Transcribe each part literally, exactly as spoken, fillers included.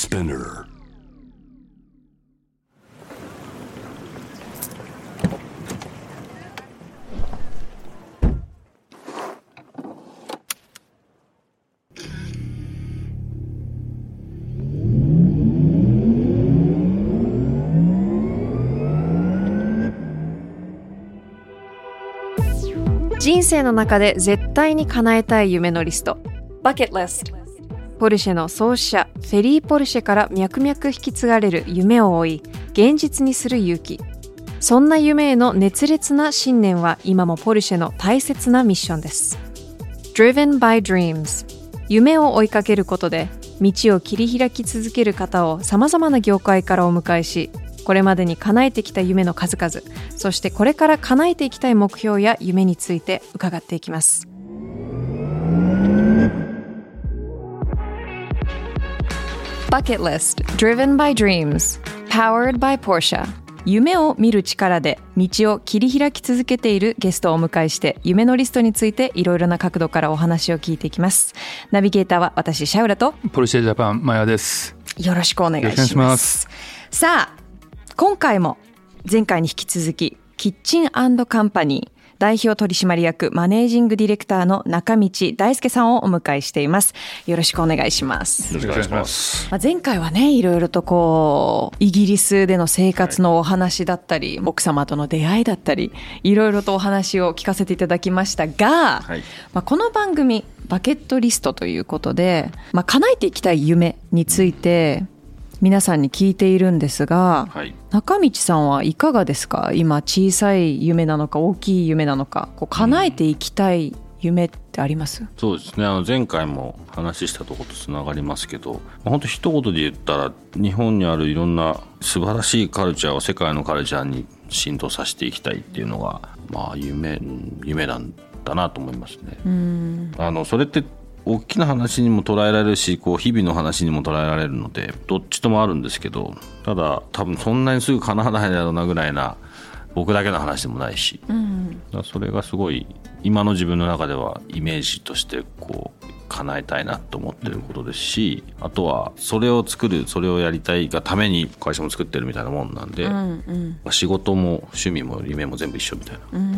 Spinner. 人生の中で絶対に叶えたい夢のリスト Bucket List。 ポルシェの創始者フェリー・ポルシェから脈々引き継がれる夢を追い現実にする勇気。そんな夢への熱烈な信念は今もポルシェの大切なミッションです。 Driven by Dreams。 夢を追いかけることで道を切り開き続ける方をさまざまな業界からお迎えし、これまでに叶えてきた夢の数々、そしてこれから叶えていきたい目標や夢について伺っていきます。Bucket List Driven by Dreams Powered by Porsche。 夢を見る力で道を切り開き続けているゲストをお迎えして、夢のリストについていろいろな角度からお話を聞いていきます。ナビゲーターは私シャウラとポルシェジャパンマヤです。 よろしくお願いします。よろしくお願いします。さあ今回も前回に引き続きキッチン&カンパニー代表取締役マネージングディレクターの中道大輔さんをお迎えしています。よろしくお願いします。 よろしくお願いします。 まあ、前回はねいろいろとこうイギリスでの生活のお話だったり、はい、奥様との出会いだったりいろいろとお話を聞かせていただきましたが、はい、まあ、この番組バケットリストということで、まあ、叶えていきたい夢について、うん皆さんに聞いているんですが、はい、中道さんはいかがですか？今小さい夢なのか大きい夢なのか、こう叶えていきたい夢ってあります？ うん、そうですね、あの前回も話したところとつながりますけど、本当一言で言ったら日本にあるいろんな素晴らしいカルチャーを世界のカルチャーに浸透させていきたいっていうのが、まあ、夢, 夢なんだなと思いますね。うんあのそれって大きな話にも捉えられるし、こう日々の話にも捉えられるのでどっちともあるんですけど、ただ多分そんなにすぐ叶わないだろうなぐらいな僕だけの話でもないし、うん、だそれがすごい今の自分の中ではイメージとしてこう叶えたいなと思ってることですし、あとはそれを作るそれをやりたいがために会社も作ってるみたいなもんなんで、うんうんまあ、仕事も趣味も夢も全部一緒みたいな、うん、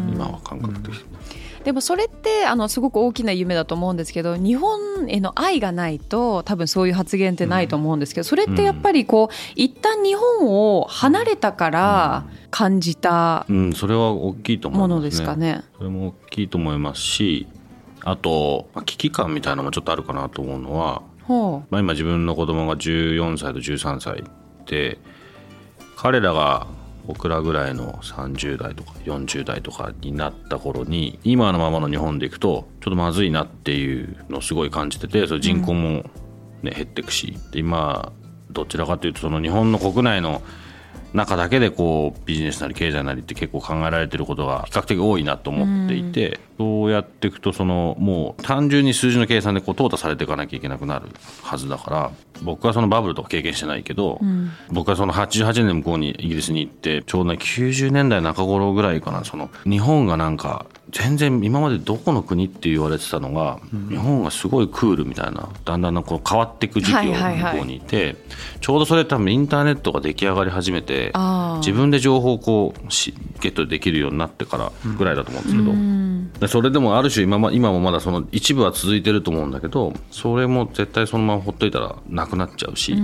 今は感覚的、うんでもそれってあのすごく大きな夢だと思うんですけど、日本への愛がないと多分そういう発言ってないと思うんですけど、それってやっぱりこう一旦日本を離れたから感じたものですかね。 うんうん、それは大きいと思いますね。それも大きいと思いますし、あと危機感みたいなのもちょっとあるかなと思うのは、ほうまあ、今自分の子供がじゅうよんさいとじゅうさんさいで、彼らが僕らぐらいのさんじゅう代とかよんじゅう代とかになった頃に今のままの日本でいくとちょっとまずいなっていうのをすごい感じてて、それ人口も、ねうん、減っていくし、で今どちらかというとその日本の国内の中だけでこうビジネスなり経済なりって結構考えられてることが比較的多いなと思っていて、うん、そうやっていくとそのもう単純に数字の計算でこう淘汰されていかなきゃいけなくなるはずだから、僕はそのバブルとか経験してないけど、うん、僕はそのはちじゅうはちねんで向こうにイギリスに行ってちょうどきゅうじゅうねんだいなか頃ぐらいかな、その日本がなんか全然今までどこの国って言われてたのが、うん、日本がすごいクールみたいなだんだんこう変わっていく時期を向こうにいて、はいはいはい、ちょうどそれ多分インターネットが出来上がり始めて自分で情報をこうしゲットできるようになってからぐらいだと思うんですけど、うん、でそれでもある種 今, 今もまだその一部は続いてると思うんだけど、それも絶対そのままほっといたらなくなっちゃうし、うん、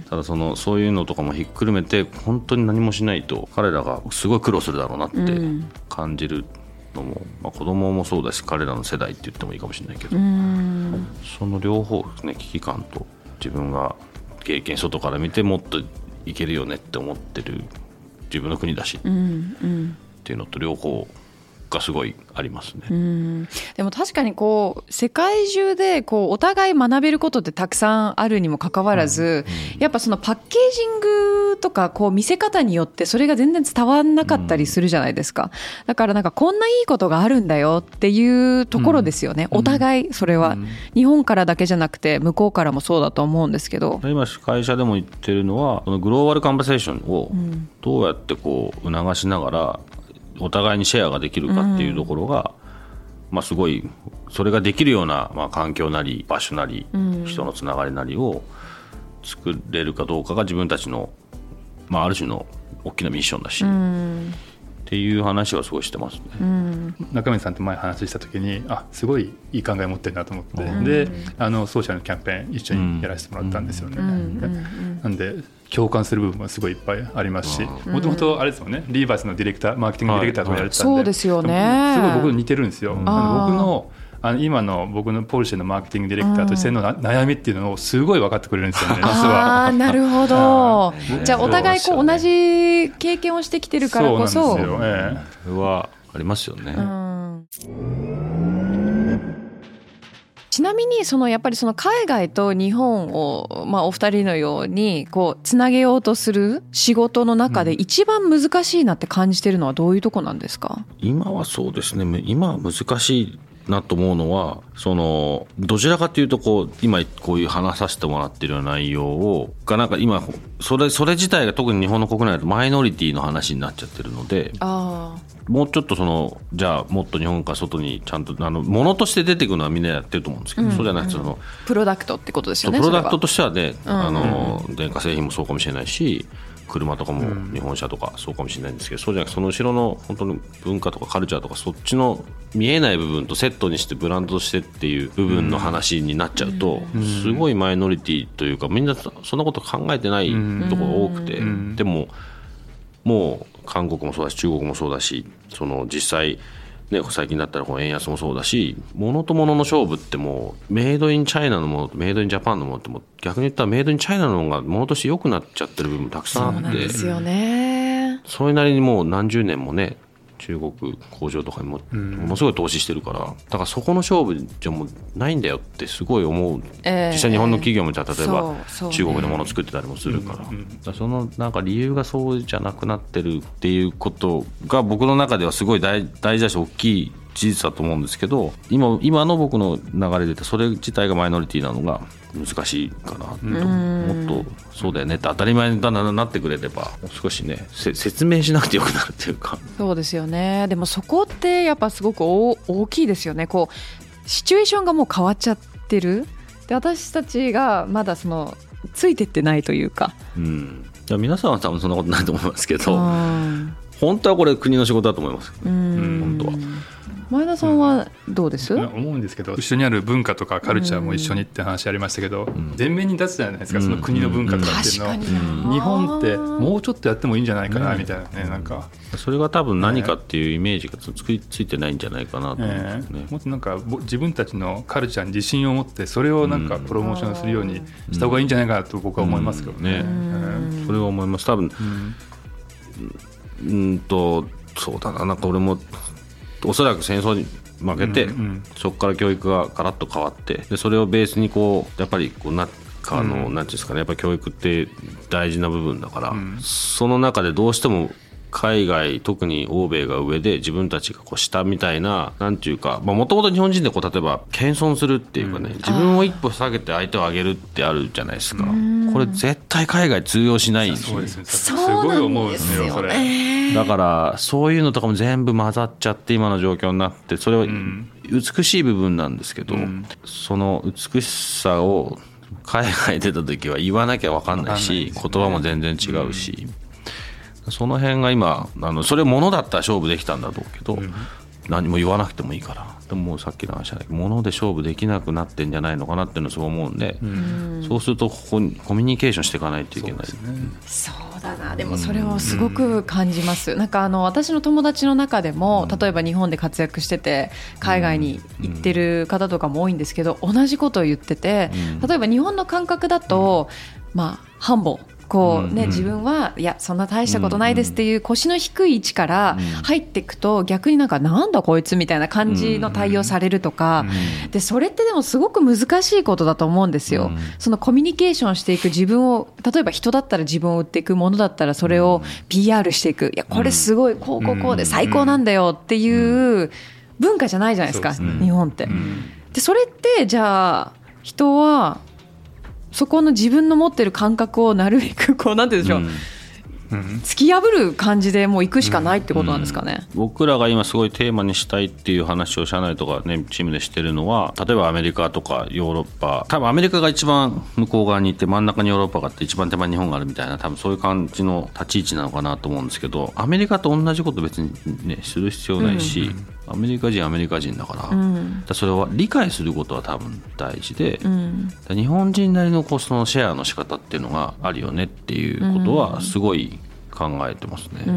ただそのそういうのとかもひっくるめて本当に何もしないと彼らがすごい苦労するだろうなって感じるのも、まあ、子供もそうだし彼らの世代って言ってもいいかもしれないけど、うんその両方ですね、危機感と自分が経験外から見てもっといけるよねって思ってる自分の国だし、うんうん、っていうのと両方がすごいありますね。 うんでも確かにこう世界中でこうお互い学べることってたくさんあるにもかかわらず、うんうん、やっぱそのパッケージングとかこう見せ方によってそれが全然伝わんなかったりするじゃないですか、うん、だからなんかこんないいことがあるんだよっていうところですよね、うん、お互いそれは、うん、日本からだけじゃなくて向こうからもそうだと思うんですけど、 今会社でも言ってるのはそのグローバルカンバセーションをどうやってこう促しながらお互いにシェアができるかっていうところが、うんまあ、すごいそれができるような、まあ、環境なり場所なり、うん、人のつながりなりを作れるかどうかが自分たちの、まあ、ある種の大きなミッションだし、うんっていう話はすごいしてますね、うん、 中身さんと前話した時にあすごいいい考え持ってるなと思って、うん、であのソーシャルのキャンペーン一緒にやらせてもらったんですよね、うん、なんで共感する部分はすごいいっぱいありますし、もともとあれですもんね、リーバイスのディレクターマーケティングディレクターとかやってたんで、はいはい、 そうですよね、 すごい僕似てるんですよ、うん、あの僕のあの今の僕のポルシェのマーケティングディレクターとしての悩みっていうのをすごい分かってくれるんですよね、実は。 あなるほどじゃあお互いこう同じ経験をしてきてるからこそそうなんですよ、ええ、 それはありますよね、うん、 ちなみにそのやっぱりその海外と日本を、まあ、お二人のようにこうつなげようとする仕事の中で一番難しいなって感じてるのはどういうとこなんですか？ 今はそうですね、今は難しいなと思うのは、そのどちらかというとこう今こういう話させてもらっているような内容をがなんか今それそれ自体が特に日本の国内だとマイノリティの話になっちゃってるので、あもうちょっとそのじゃあもっと日本から外にちゃんとあの物として出てくるのはみんなやってると思うんですけど、うんうん、そうじゃなくてそのプロダクトってことですよね。 プロダクトとしてはね、うんうん、あの電化製品もそうかもしれないし車とかも日本車とかそうかもしれないんですけど、そうじゃなくてその後ろの本当に文化とかカルチャーとかそっちの見えない部分とセットにしてブランドとしてっていう部分の話になっちゃうとすごいマイノリティというかみんなそんなこと考えてないところが多くて、でももう韓国もそうだし中国もそうだし、その実際ね、最近だったらこの円安もそうだし、物と物の勝負ってもうメイドインチャイナのものとメイドインジャパンのものっても逆に言ったらメイドインチャイナのものが物として良くなっちゃってる部分たくさんあって、そうなんですよね。それなりにもう何十年もね中国工場とかに も, ものすごい投資してるから、だからそこの勝負じゃもうないんだよってすごい思う、えー、実際日本の企業もじゃあ例えば中国で物作ってたりもするから、うんうん、だからそのなんか理由がそうじゃなくなってるっていうことが僕の中ではすごい 大, 大事だし大きい事実だと思うんですけど、 今, 今の僕の流れで言ってそれ自体がマイノリティなのが難しいかなと、もっとそうだよねって当たり前になってくれればもう少しね説明しなくてよくなるっていうか。 そうですよね。でもそこってやっぱすごく大きいですよね。こうシチュエーションがもう変わっちゃってるで、私たちがまだそのついてってないというか、 うん、いや皆さんは多分そんなことないと思いますけど、本当はこれ国の仕事だと思います。うん、本当は。 前田さんはどうです？ うん、思うんですけど、一緒にある文化とかカルチャーも一緒にって話ありましたけど、うん、前面に立つじゃないですか、その国の文化とかっていうのは、うん、日本ってもうちょっとやってもいいんじゃないかなみたいなね、なんかそれが多分何かっていうイメージがつきついてないんじゃないかなと思うんですね、 えー、もっとなんか自分たちのカルチャーに自信を持ってそれをなんかプロモーションするようにした方がいいんじゃないかなと僕は思いますけどね、 うんうん、それは思います。多分うん、うんとそうだな、なんか俺もおそらく戦争に負けて、うんうん、そこから教育がガラッと変わって、でそれをベースにこうやっぱりこうなあの、うん、なんていうんですかね、やっぱり教育って大事な部分だから、うん、その中でどうしても海外特に欧米が上で自分たちがこう下みたいな、なんていうかもともと日本人でこう例えば謙遜するっていうかね、うん、自分を一歩下げて相手を上げるってあるじゃないですか。これ絶対海外通用しないんですよ。 そうですね、すごい思うんですよそれ。 だからそういうのとかも全部混ざっちゃって今の状況になって、それは美しい部分なんですけど、うん、その美しさを海外出た時は言わなきゃ分かんないし、ね、言葉も全然違うし、うん、その辺が今あのそれ物だったら勝負できたんだろうけど、うん、何も言わなくてもいいから。でももうさっきの話じゃないけど物で勝負できなくなってんじゃないのかなっていうのはそう思うんで、うん、そうするとここにコミュニケーションしていかないといけない。そうですね。 そうだな。でもそれをすごく感じます、うん、なんかあの私の友達の中でも、うん、例えば日本で活躍してて海外に行ってる方とかも多いんですけど、同じことを言ってて、うん、例えば日本の感覚だと、うん、まあハンボこうね、自分はいやそんな大したことないですっていう腰の低い位置から入っていくと、逆になんかなんだこいつみたいな感じの対応されるとかで、それってでもすごく難しいことだと思うんですよ。そのコミュニケーションしていく自分を、例えば人だったら自分を売っていく、ものだったらそれを ピーアール していく、いやこれすごいこうこうこうで最高なんだよっていう文化じゃないじゃないですか、日本って。でそれってじゃあ人はそこの自分の持ってる感覚をなるべくこうなんて言うんでしょう、 突き破る感じでもう行くしかないってことなんですかね、 うん、僕らが今すごいテーマにしたいっていう話を社内とか、ね、チームでしてるのは、例えばアメリカとかヨーロッパ、多分アメリカが一番向こう側にいて真ん中にヨーロッパがあって一番手前に日本があるみたいな、多分そういう感じの立ち位置なのかなと思うんですけど、アメリカと同じこと別に、ね、する必要ないし、うん、アメリカ人アメリカ人だから、うん、だそれは理解することは多分大事で、うん、日本人なりのこうそのシェアの仕方っていうのがあるよねっていうことはすごい考えてますね、うん、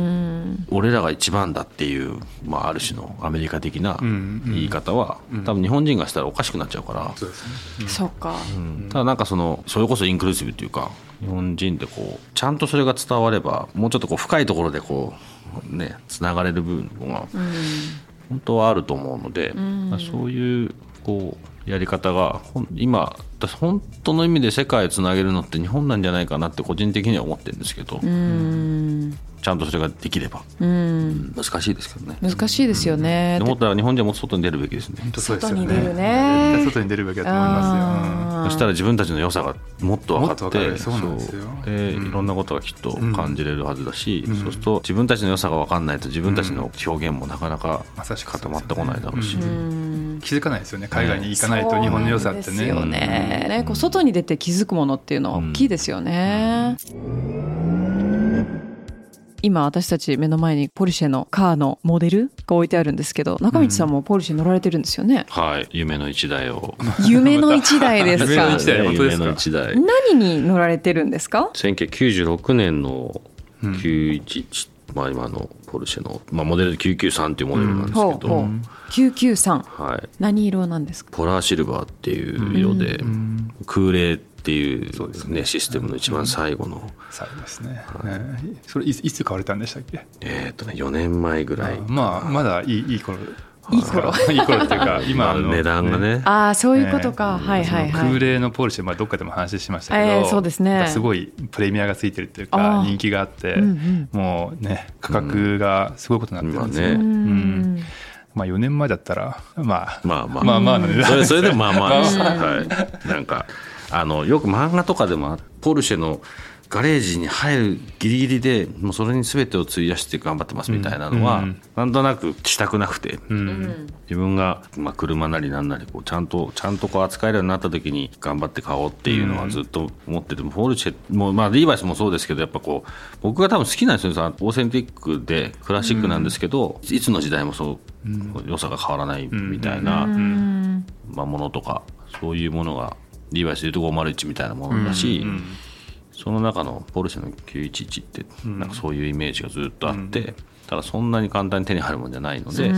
俺らが一番だっていう、まあ、ある種のアメリカ的な言い方は、うんうん、多分日本人がしたらおかしくなっちゃうから、 そうですね、うん、そうか、 うん、ただなんかそのそれこそインクルーシブっていうか、日本人でこうちゃんとそれが伝わればもうちょっとこう深いところでこうねつながれる部分が本当はあると思うので、うん、そういうこうやり方が今本当の意味で世界をつなげるのって日本なんじゃないかなって個人的には思ってるんですけど、うん、ちゃんとそれができれば、うん、難しいですけどね。 難しいですよね、 うん、思ったら日本人はもっと外に出るべきですね。 本当そうですよね。 外に出るね。 外に出るべきだと思いますよ。 そしたら自分たちの良さがもっと分かって、 そうなんですよ。 でいろんなことがきっと感じれるはずだし、うん、そうすると自分たちの良さが分かんないと自分たちの表現もなかなか固まってこないだろうし、うん、 気づかないですよね。海外に行かないと日本の良さってね。そうですよね。ね、こう外に出て気づくものっていうのは大きいですよね、うん、今私たち目の前にポルシェのカーのモデルが置いてあるんですけど、中道さんもポルシェ乗られてるんですよね、 うん、はい夢の一台を夢の一台ですか夢の一台、本当ですか。 夢の一台、 何に乗られてるんですか。 せんきゅうひゃくきゅうじゅうろくねんのきゅういちいち、まあ、今のポルシェの、まあ、モデルできゅうきゅうさんっていうモデルなんですけど、うん、ほうほうきゅうきゅうさん、 はい、 何色なんですか。 ポラーシルバーっていう色で、うん、空冷っていう、ね、ね、システムの一番最後の、うん、 最後ですね、はい、ね、それいつ買われたんでしたっけ。 えーっとね、よねんまえぐらい。 あ、まあ、まだいい、いい頃いい頃いい頃っていうか今の値段がね、 ああそういうことか、えー、はいはいはい。 空冷のポルシェ、まあ、どっかでも話しましたけど、 えー、そうですね、 すごいプレミアがついてるっていうか人気があって、うんうん、もうね価格がすごいことになってるんですよ、うんうん、まあ、よねんまえだったら、まあ、 まあまあまあまあの値段それ、それでもまあまあです、はい、なんかあのよく漫画とかでもポルシェのガレージに入るギリギリでもうそれに全てを費やして頑張ってますみたいなのは、うん、なんとなくしたくなくて、うん、自分が、まあ、車なりなんなりこうちゃんとちゃんとこう扱えるようになった時に頑張って買おうっていうのはずっと思ってて、うん、ポルシェも、まあ、リーバイスもそうですけど、やっぱこう僕が多分好きなんですよ。オーセンティックでクラシックなんですけど、うん、いつの時代もそう、うん、良さが変わらないみたいな、うんまあ、ものとかそういうものがリーバイスでいうとごーまるいちみたいなものだし、うんうん、その中のポルシェのきゅういちいちってなんかそういうイメージがずっとあって、うん、ただそんなに簡単に手に入るものじゃないので、うん、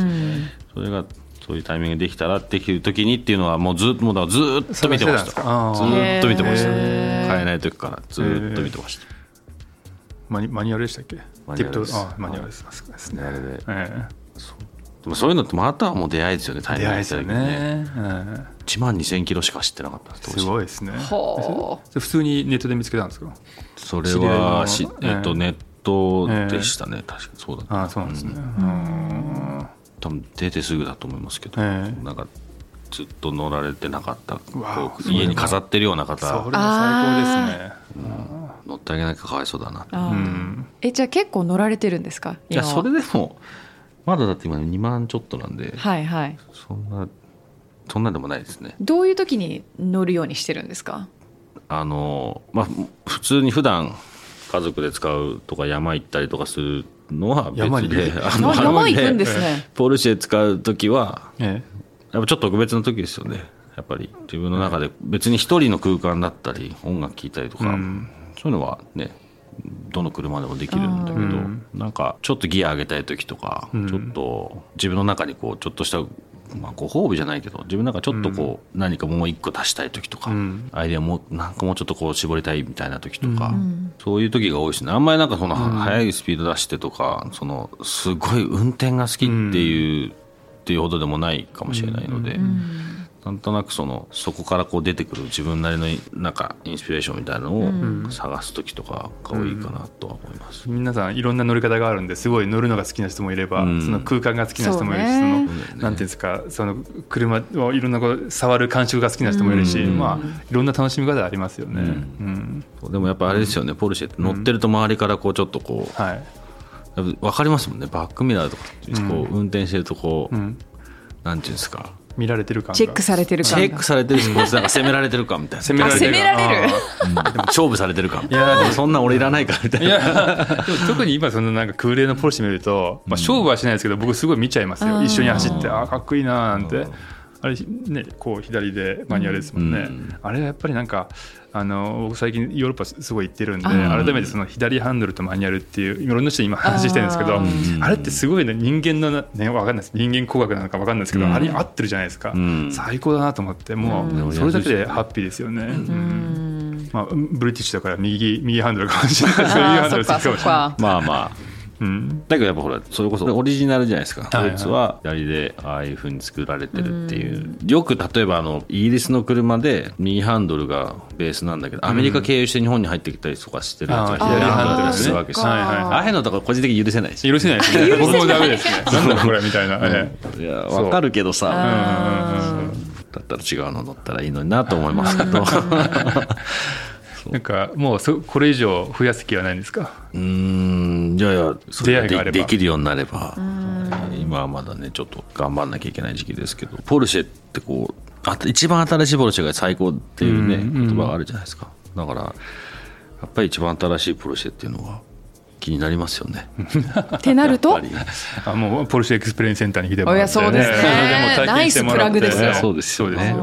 それがそういうタイミングできたらできる時にっていうのはもうずっともうだからずっと見てました。ずっと見てました。買えない時からずっと見てました。 マニ、マニュアルでしたっけ。 マニュアルです。 あ、マニュアルです。ですね。 えー、そうでもそういうのってまたはもう出会いですよね。タイミングでした時にね。うん、いちまんにせんキロしか知ってなかったんです。 すごいですね。普通にネットで見つけたんですか。 それはし、えっと、ネットでしたね、えー、確かにそうだった。 あ、そうなんですね、うん、 多分出てすぐだと思いますけど、えー、なんかずっと乗られてなかった家に飾ってるような方、 それも最高ですね、 うん、乗ってあげなきゃかわいそうだな、 うん、えじゃあ結構乗られてるんですか。 いやそれでもまだだって今にまんちょっとなんで、 はいはい、 そんなそんなでもないですね。 どういう時に乗るようにしてるんですか。 あの、まあ、普通に普段家族で使うとか山行ったりとかするのは別で、 山, 山行くんですね。 ポルシェ使う時はやっぱちょっと特別な時ですよね。やっぱり自分の中で別に一人の空間だったり音楽聴いたりとか、うん、そういうのはねどの車でもできるんだけど、うん、なんかちょっとギア上げたい時とか、うん、ちょっと自分の中にこうちょっとしたまあ、ご褒美じゃないけど自分なんかちょっとこう何かもう一個足したい時とか、うん、アイデアもなんかもうちょっとこう絞りたいみたいな時とか、うん、そういう時が多いですね。あんまりなんかその速いスピード出してとかそのすごい運転が好きっていう、うん、っていうほどでもないかもしれないので、うん、 なんとなくそのそこからこう出てくる自分なりのなんかインスピレーションみたいなのを探す時とかが多いかなとは思います、 うん、皆さんいろんな乗り方があるんですごい乗るのが好きな人もいれば、うん、その空間が好きな人もいるし、そのなんていうんですか、その車をいろんなこう触る感触が好きな人もいるし、うん、まあいろんな楽しみ方ありますよね、うんうん、でもやっぱあれですよね、ポルシェって乗ってると周りからこうちょっとこう、はい、分かりますもんね、バックミラーとかこう運転してるとこう、うん、なんていうんですか、 見られてる感がチェックされてる感チェックされてるし、なんか責められてるかみたいな責められてる、 責められるうん、でも勝負されてるかみたいな、いやでもそんな俺いらないかみたいな、いやでも特に今そのなんか空冷のポルシェ見ると、まあ、勝負はしないですけど僕すごい見ちゃいますよ、一緒に走って、ああかっこいいななんて、あれね、こう左でマニュアルですもんね、うん、あれはやっぱりなんかあの僕最近ヨーロッパすごい行ってるんで、改めてその左ハンドルとマニュアルっていういろんな人に今話してるんですけど、 あ, あれってすごい、ね、人間の、ね、わかんないです、人間工学なのか分かんないですけど、うん、あれに合ってるじゃないですか、うん、最高だなと思って、もうそれだけでハッピーですよね、うんうんまあ、ブリティッシュだから右、右ハンドルかもしれないですけど、右ハンドル好きかもしれない、 まあまあうん、だけどやっぱほらそれこそオリジナルじゃないですか、ドイツは左でああいう風に作られてるっていう、うん、よく例えばあのイギリスの車で右ハンドルがベースなんだけど、アメリカ経由して日本に入ってきたりとかしてるやつ、うん、左ハンドルするわけです、はいはい、ああいうのとか個人的に許せないし、 許せないですね僕もダメですねなんだこれみたいな、ね、 いや分かるけどさ、うん、だったら違うの乗ったらいいのになと思いますけどなんかもうそこれ以上増やす気はないんですか？ うーん、いやいや、それが で, できるようになれば、今はまだねちょっと頑張んなきゃいけない時期ですけど、ポルシェってこうあ一番新しいポルシェが最高っていうね、うんうん、言葉があるじゃないですか。だからやっぱり一番新しいポルシェっていうのは気になりますよねってなるとあもうポルシェエクスプレインセンターに来てもらって、ね、 そうですねナイスプラグですよ。 そうですよね。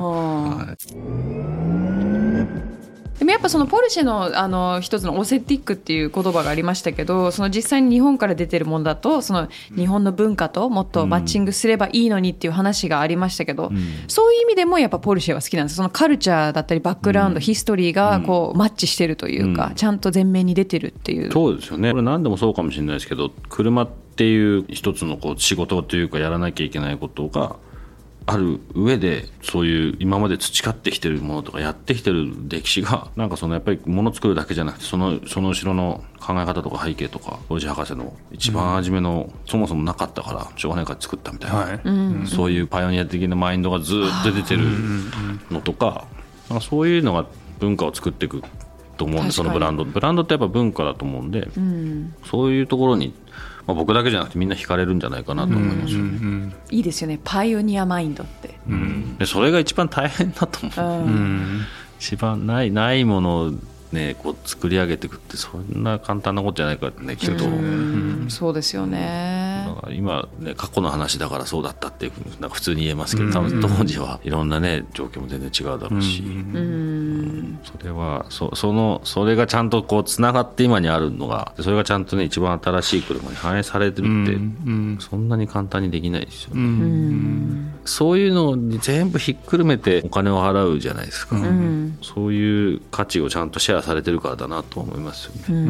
でもやっぱそのポルシェ の, あの一つのオセティックっていう言葉がありましたけど、その実際に日本から出てるものだとその日本の文化ともっとマッチングすればいいのにっていう話がありましたけど、うん、そういう意味でもやっぱポルシェは好きなんです。そのカルチャーだったりバックグラウンド、うん、ヒストリーがこうマッチしてるというか、うん、ちゃんと前面に出てるっていう。 そうですよね。これ何でもそうかもしれないですけど、車っていう一つのこう仕事というかやらなきゃいけないことがある上で、そういう今まで培ってきてるものとかやってきてる歴史がなんかそのやっぱり物作るだけじゃなくて、そのその後ろの考え方とか背景とか、ポルシェ博士の一番初めの、うん、そもそもなかったからしょうがないから作ったみたいな、はい、そういうパイオニア的なマインドがずっと出てるのとか、なんかそういうのが文化を作っていくと思うんで、そのブランドブランドってやっぱ文化だと思うんで、うん、そういうところにまあ、僕だけじゃなくてみんな惹かれるんじゃないかなと思いますよね、うんうんうん、 いいですよね、パイオニアマインドって、 うん、でそれが一番大変だと思う、うん、一番ないないものを、ね、こう作り上げていくってそんな簡単なことじゃないからねきっと、うんうん、そうですよね。 だから今、ね、過去の話だからそうだったっていうなんか普通に言えますけど、多分当時はいろんな、ね、状況も全然違うだろうし、うんうん、それは そ, そ, のそれがちゃんとこうつながって今にあるのが、それがちゃんと、ね、一番新しい車に反映されてるって、うんうん、そんなに簡単にできないですよね、うん、そういうのに全部ひっくるめてお金を払うじゃないですか、うん、そういう価値をちゃんとシェアされてるからだなと思いますよね、うんうん、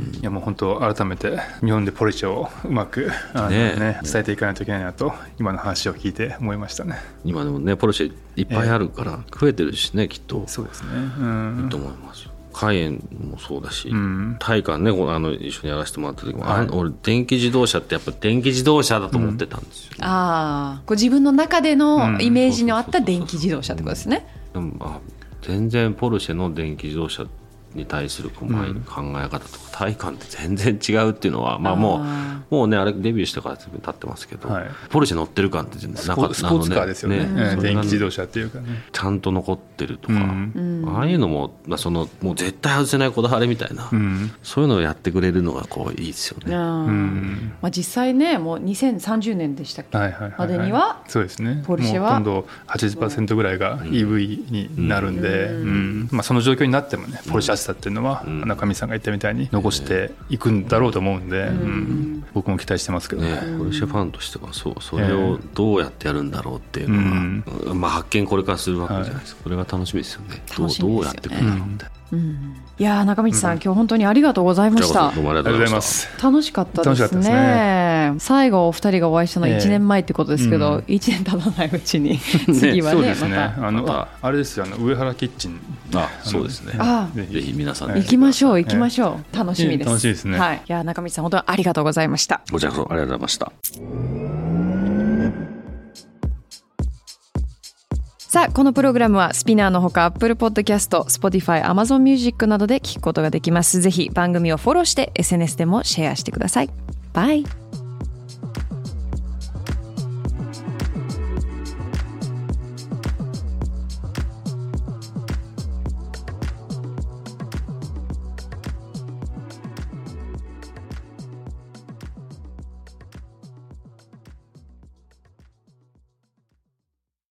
いやもう本当改めて日本でポルシェをうまくあの、ねね、伝えていかないといけないなと今の話を聞いて思いましたね。 今でもねポルシェいっぱいあるから増えてるしね、きっと。 そうですね、うん、 いいと思います。カイエンもそうだし、うん、タイカンね、あの一緒にやらせてもらった時も、はい、俺電気自動車ってやっぱ電気自動車だと思ってたんですよ、ね、 うん、あこう自分の中でのイメージに合った電気自動車ってことですね。 でもあ全然ポルシェの電気自動車に対する考え方とか、タイカンって全然違うっていうのは、まあ、もうもうねあれデビューしてから経ってますけど、はい、ポルシェ乗ってる感って全然なかった。 スポーツカーですよね、ね、うん、電気自動車っていうかねちゃんと残ってるとか、うん、ああいうのも、まあ、そのもう絶対外せないこだわりみたいな、うん、そういうのをやってくれるのがこういいですよね、うんまあ、実際ねもうにせんさんじゅうねんでしたっけ、はいはいはいはい、までにはそうですね、 ポルシェはもう今度 はちじゅっパーセント ぐらいが イーブイ になるんで、うんうんまあ、その状況になってもねポルシェアスタっていうのは、うん、中見さんが言ったみたいに残していくんだろうと思うんで、うんうん、僕も期待してますけどね。 ねポルシェファンとしてはそうそれをどうやってやるんだろうっていうのが、うんまあ、発見これからするわけじゃないですか、はい、これが楽しみですよね。 楽しみですよね。 どう、どうやっていくんだろうみたいな、うんうん、いや中道さん、うん、今日本当にありがとうございました。 どうもありがとうございます。 楽しかったです ね, 楽しかったですね。最後お二人がお会いしたのはいちねんまえってことですけど、えーうん、いちねん経たないうちに次は ね, ねそうですね、 またあのあれですよ、あの上原キッチン、 あそうですね、あぜひ皆さん行きましょう行きましょう、えー、楽しみです、 楽しいですね、 はい、いや中道さん本当にありがとうございました。 こちらこそありがとうございました。 さあこのプログラムはスピナーのほか Apple Podcast、Spotify、Amazon Music などで聞くことができます。ぜひ番組をフォローして エスエヌエス でもシェアしてください。バイ。